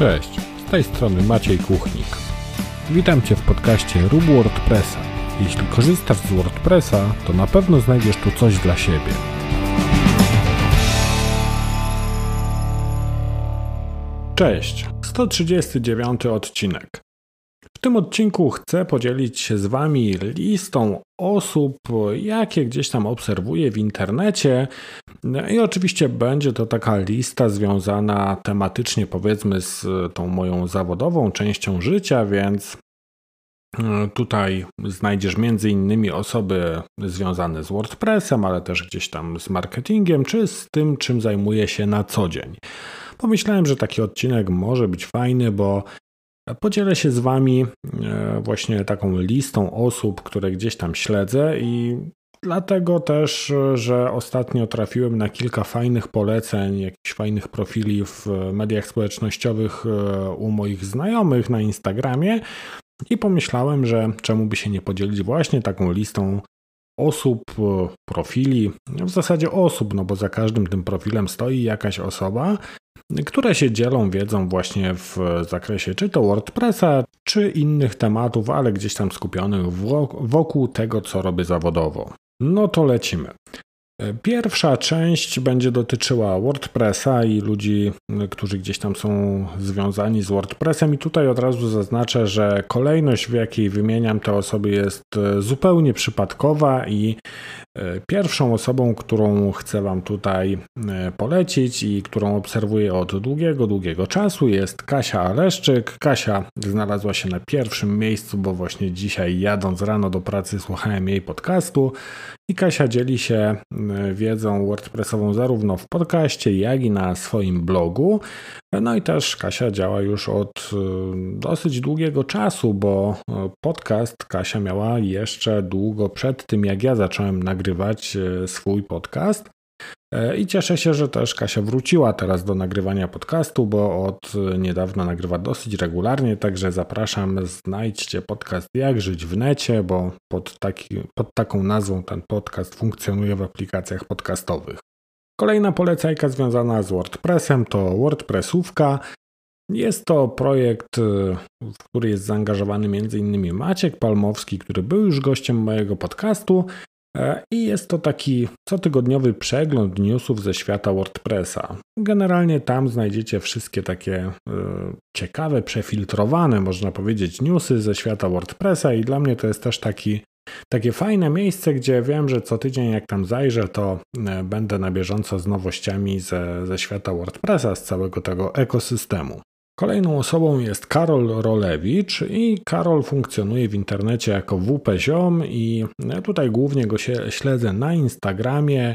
Cześć, z tej strony Maciej Kuchnik. Witam Cię w podcaście Rób WordPressa. Jeśli korzystasz z WordPressa, to na pewno znajdziesz tu coś dla siebie. Cześć, 139 odcinek. W tym odcinku chcę podzielić się z Wami listą osób, jakie gdzieś tam obserwuję w internecie i oczywiście będzie to taka lista związana tematycznie powiedzmy z tą moją zawodową częścią życia, więc tutaj znajdziesz m.in. osoby związane z WordPressem, ale też gdzieś tam z marketingiem, czy z tym, czym zajmuję się na co dzień. Pomyślałem, że taki odcinek może być fajny, bo podzielę się z Wami właśnie taką listą osób, które gdzieś tam śledzę i dlatego też, że ostatnio trafiłem na kilka fajnych poleceń, jakichś fajnych profili w mediach społecznościowych u moich znajomych na Instagramie i pomyślałem, że czemu by się nie podzielić właśnie taką listą osób, profili, w zasadzie osób, no bo za każdym tym profilem stoi jakaś osoba, które się dzielą wiedzą właśnie w zakresie czy to WordPressa, czy innych tematów, ale gdzieś tam skupionych wokół tego, co robię zawodowo. No to lecimy. Pierwsza część będzie dotyczyła WordPressa i ludzi, którzy gdzieś tam są związani z WordPressem i tutaj od razu zaznaczę, że kolejność, w jakiej wymieniam te osoby jest zupełnie przypadkowa i pierwszą osobą, którą chcę Wam tutaj polecić i którą obserwuję od długiego czasu jest Kasia Aleszczyk. Kasia znalazła się na pierwszym miejscu, bo właśnie dzisiaj jadąc rano do pracy słuchałem jej podcastu i Kasia dzieli się wiedzą WordPressową zarówno w podcaście, jak i na swoim blogu. No i też Kasia działa już od dosyć długiego czasu, bo podcast Kasia miała jeszcze długo przed tym, jak ja zacząłem nagrywać swój podcast. I cieszę się, że też Kasia wróciła teraz do nagrywania podcastu, bo od niedawna nagrywa dosyć regularnie, także zapraszam, znajdźcie podcast Jak żyć w necie, bo pod taką nazwą ten podcast funkcjonuje w aplikacjach podcastowych. Kolejna polecajka związana z WordPressem to WordPressówka. Jest to projekt, w który jest zaangażowany m.in. Maciek Palmowski, który był już gościem mojego podcastu i jest to taki cotygodniowy przegląd newsów ze świata WordPressa. Generalnie tam znajdziecie wszystkie takie ciekawe, przefiltrowane, można powiedzieć, newsy ze świata WordPressa i dla mnie to jest też takie fajne miejsce, gdzie wiem, że co tydzień jak tam zajrzę, to będę na bieżąco z nowościami ze świata WordPressa, z całego tego ekosystemu. Kolejną osobą jest Karol Rolewicz i Karol funkcjonuje w internecie jako WP-ziom i tutaj głównie go śledzę na Instagramie,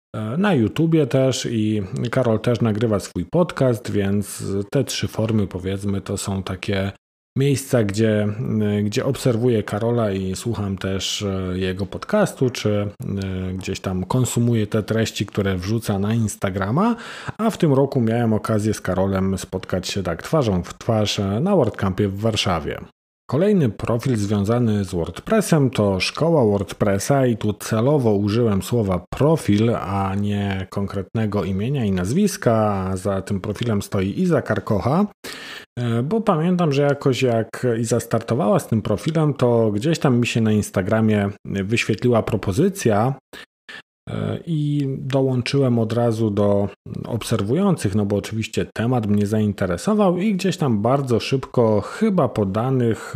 na YouTubie też i Karol też nagrywa swój podcast, więc te trzy formy powiedzmy to są takie miejsca, gdzie obserwuję Karola i słucham też jego podcastu, czy gdzieś tam konsumuję te treści, które wrzuca na Instagrama, a w tym roku miałem okazję z Karolem spotkać się tak twarzą w twarz na WordCampie w Warszawie. Kolejny profil związany z WordPressem to Szkoła WordPressa i tu celowo użyłem słowa profil, a nie konkretnego imienia i nazwiska, a za tym profilem stoi Iza Karkocha, bo pamiętam, że jakoś jak Iza startowała z tym profilem, to gdzieś tam mi się na Instagramie wyświetliła propozycja i dołączyłem od razu do obserwujących, no bo oczywiście temat mnie zainteresował i gdzieś tam bardzo szybko, chyba po danych,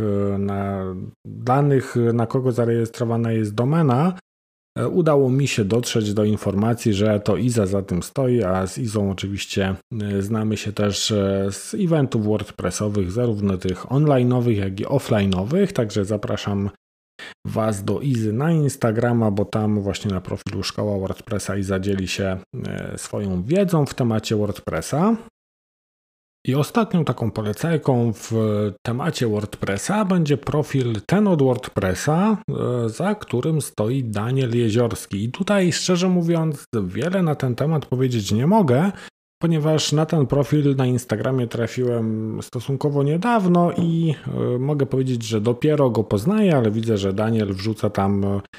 na kogo zarejestrowana jest domena, udało mi się dotrzeć do informacji, że to Iza za tym stoi, a z Izą oczywiście znamy się też z eventów WordPressowych, zarówno tych online'owych, jak i offline'owych, także zapraszam Was do Izy na Instagrama, bo tam właśnie na profilu Szkoła WordPressa Iza dzieli się swoją wiedzą w temacie WordPressa. I ostatnią taką polecajką w temacie WordPressa będzie profil Ten od WordPressa, za którym stoi Daniel Jeziorski. I tutaj szczerze mówiąc wiele na ten temat powiedzieć nie mogę, ponieważ na ten profil na Instagramie trafiłem stosunkowo niedawno i mogę powiedzieć, że dopiero go poznaję, ale widzę, że Daniel wrzuca tam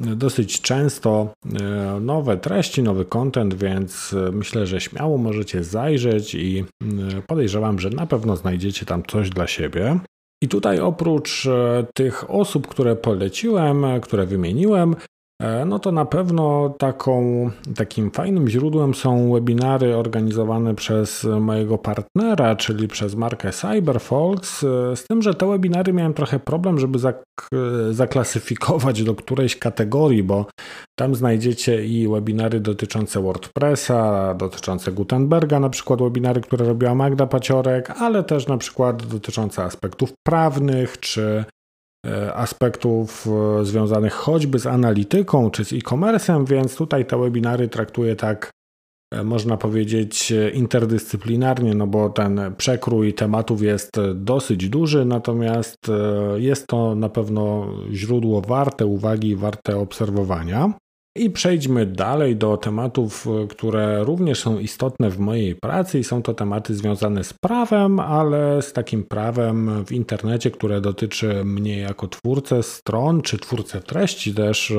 dosyć często nowe treści, nowy content, więc myślę, że śmiało możecie zajrzeć i podejrzewam, że na pewno znajdziecie tam coś dla siebie. I tutaj oprócz tych osób, które poleciłem, które wymieniłem, no to na pewno takim fajnym źródłem są webinary organizowane przez mojego partnera, czyli przez markę CyberFolks, z tym, że te webinary miałem trochę problem, żeby zaklasyfikować do którejś kategorii, bo tam znajdziecie i webinary dotyczące WordPressa, dotyczące Gutenberga, na przykład webinary, które robiła Magda Paciorek, ale też na przykład dotyczące aspektów prawnych, czy aspektów związanych choćby z analityką czy z e-commerce'em, więc tutaj te webinary traktuję tak, można powiedzieć, interdyscyplinarnie, no bo ten przekrój tematów jest dosyć duży, natomiast jest to na pewno źródło warte uwagi, warte obserwowania. I przejdźmy dalej do tematów, które również są istotne w mojej pracy i są to tematy związane z prawem, ale z takim prawem w internecie, które dotyczy mnie jako twórcę stron czy twórcę treści też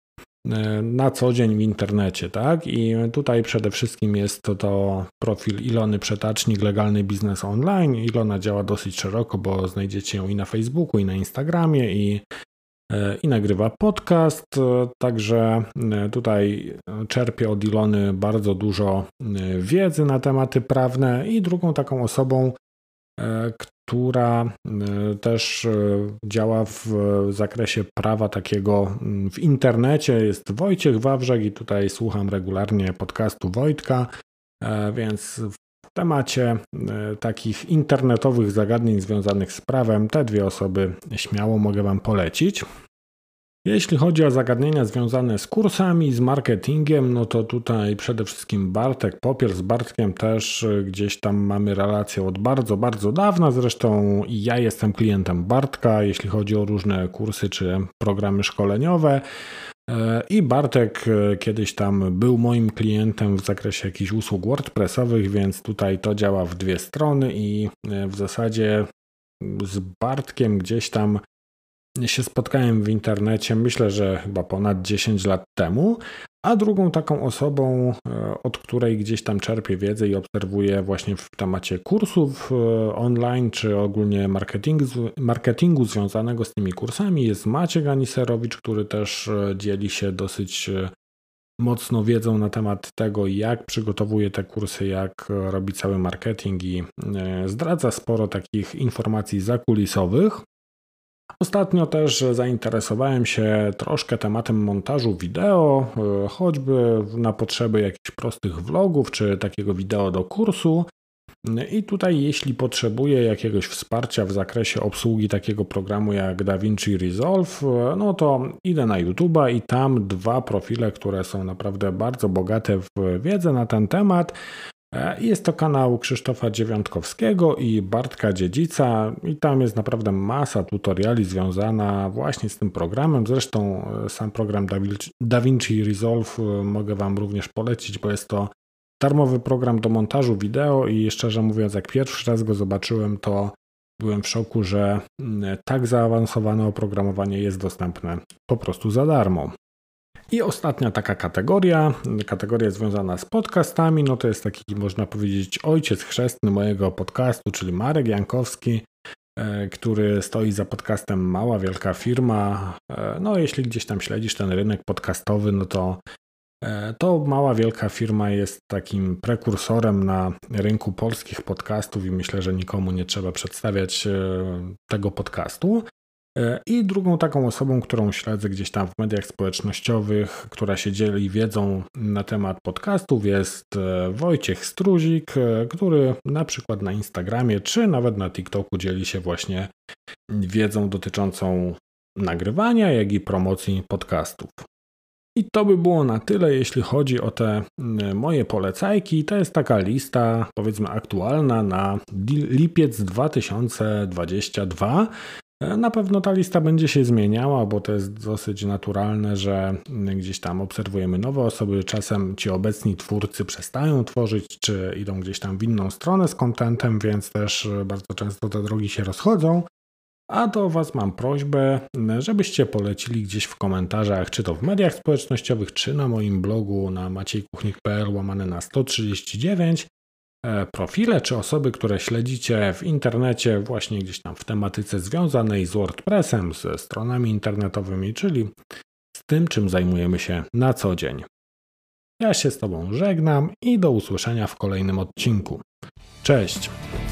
na co dzień w internecie, tak? I tutaj przede wszystkim jest to profil Ilony Przetacznik, Legalny Biznes Online. Ilona działa dosyć szeroko, bo znajdziecie ją i na Facebooku, i na Instagramie, i nagrywa podcast, także tutaj czerpię od Ilony bardzo dużo wiedzy na tematy prawne i drugą taką osobą, która też działa w zakresie prawa takiego w internecie, jest Wojciech Wawrzak i tutaj słucham regularnie podcastu Wojtka, więc w temacie takich internetowych zagadnień związanych z prawem te dwie osoby śmiało mogę Wam polecić. Jeśli chodzi o zagadnienia związane z kursami, z marketingiem, no to tutaj przede wszystkim Bartek Popiel. Z Bartkiem też gdzieś tam mamy relację od bardzo, bardzo dawna. Zresztą ja jestem klientem Bartka, jeśli chodzi o różne kursy czy programy szkoleniowe. I Bartek kiedyś tam był moim klientem w zakresie jakichś usług WordPressowych, więc tutaj to działa w dwie strony i w zasadzie z Bartkiem gdzieś tam się spotkałem w internecie, myślę, że chyba ponad 10 lat temu, a drugą taką osobą, od której gdzieś tam czerpię wiedzę i obserwuję właśnie w temacie kursów online, czy ogólnie marketingu związanego z tymi kursami jest Maciek Aniserowicz, który też dzieli się dosyć mocno wiedzą na temat tego, jak przygotowuje te kursy, jak robi cały marketing i zdradza sporo takich informacji zakulisowych. Ostatnio też zainteresowałem się troszkę tematem montażu wideo, choćby na potrzeby jakichś prostych vlogów czy takiego wideo do kursu. I tutaj jeśli potrzebuję jakiegoś wsparcia w zakresie obsługi takiego programu jak DaVinci Resolve, no to idę na YouTube'a i tam dwa profile, które są naprawdę bardzo bogate w wiedzę na ten temat. Jest to kanał Krzysztofa Dziewiątkowskiego i Bartka Dziedzica i tam jest naprawdę masa tutoriali związana właśnie z tym programem. Zresztą sam program DaVinci Resolve mogę Wam również polecić, bo jest to darmowy program do montażu wideo i szczerze mówiąc, jak pierwszy raz go zobaczyłem, to byłem w szoku, że tak zaawansowane oprogramowanie jest dostępne po prostu za darmo. I ostatnia taka kategoria związana z podcastami, no to jest taki, można powiedzieć, ojciec chrzestny mojego podcastu, czyli Marek Jankowski, który stoi za podcastem Mała Wielka Firma. No jeśli gdzieś tam śledzisz ten rynek podcastowy, no to Mała Wielka Firma jest takim prekursorem na rynku polskich podcastów i myślę, że nikomu nie trzeba przedstawiać tego podcastu. I drugą taką osobą, którą śledzę gdzieś tam w mediach społecznościowych, która się dzieli wiedzą na temat podcastów, jest Wojciech Struzik, który na przykład na Instagramie czy nawet na TikToku dzieli się właśnie wiedzą dotyczącą nagrywania, jak i promocji podcastów. I to by było na tyle, jeśli chodzi o te moje polecajki. To jest taka lista, powiedzmy, aktualna na lipiec 2022. Na pewno ta lista będzie się zmieniała, bo to jest dosyć naturalne, że gdzieś tam obserwujemy nowe osoby. Czasem ci obecni twórcy przestają tworzyć, czy idą gdzieś tam w inną stronę z contentem, więc też bardzo często te drogi się rozchodzą. A do Was mam prośbę, żebyście polecili gdzieś w komentarzach, czy to w mediach społecznościowych, czy na moim blogu na maciejkuchnik.pl/139 profile, czy osoby, które śledzicie w internecie właśnie gdzieś tam w tematyce związanej z WordPressem, ze stronami internetowymi, czyli z tym, czym zajmujemy się na co dzień. Ja się z Tobą żegnam i do usłyszenia w kolejnym odcinku. Cześć!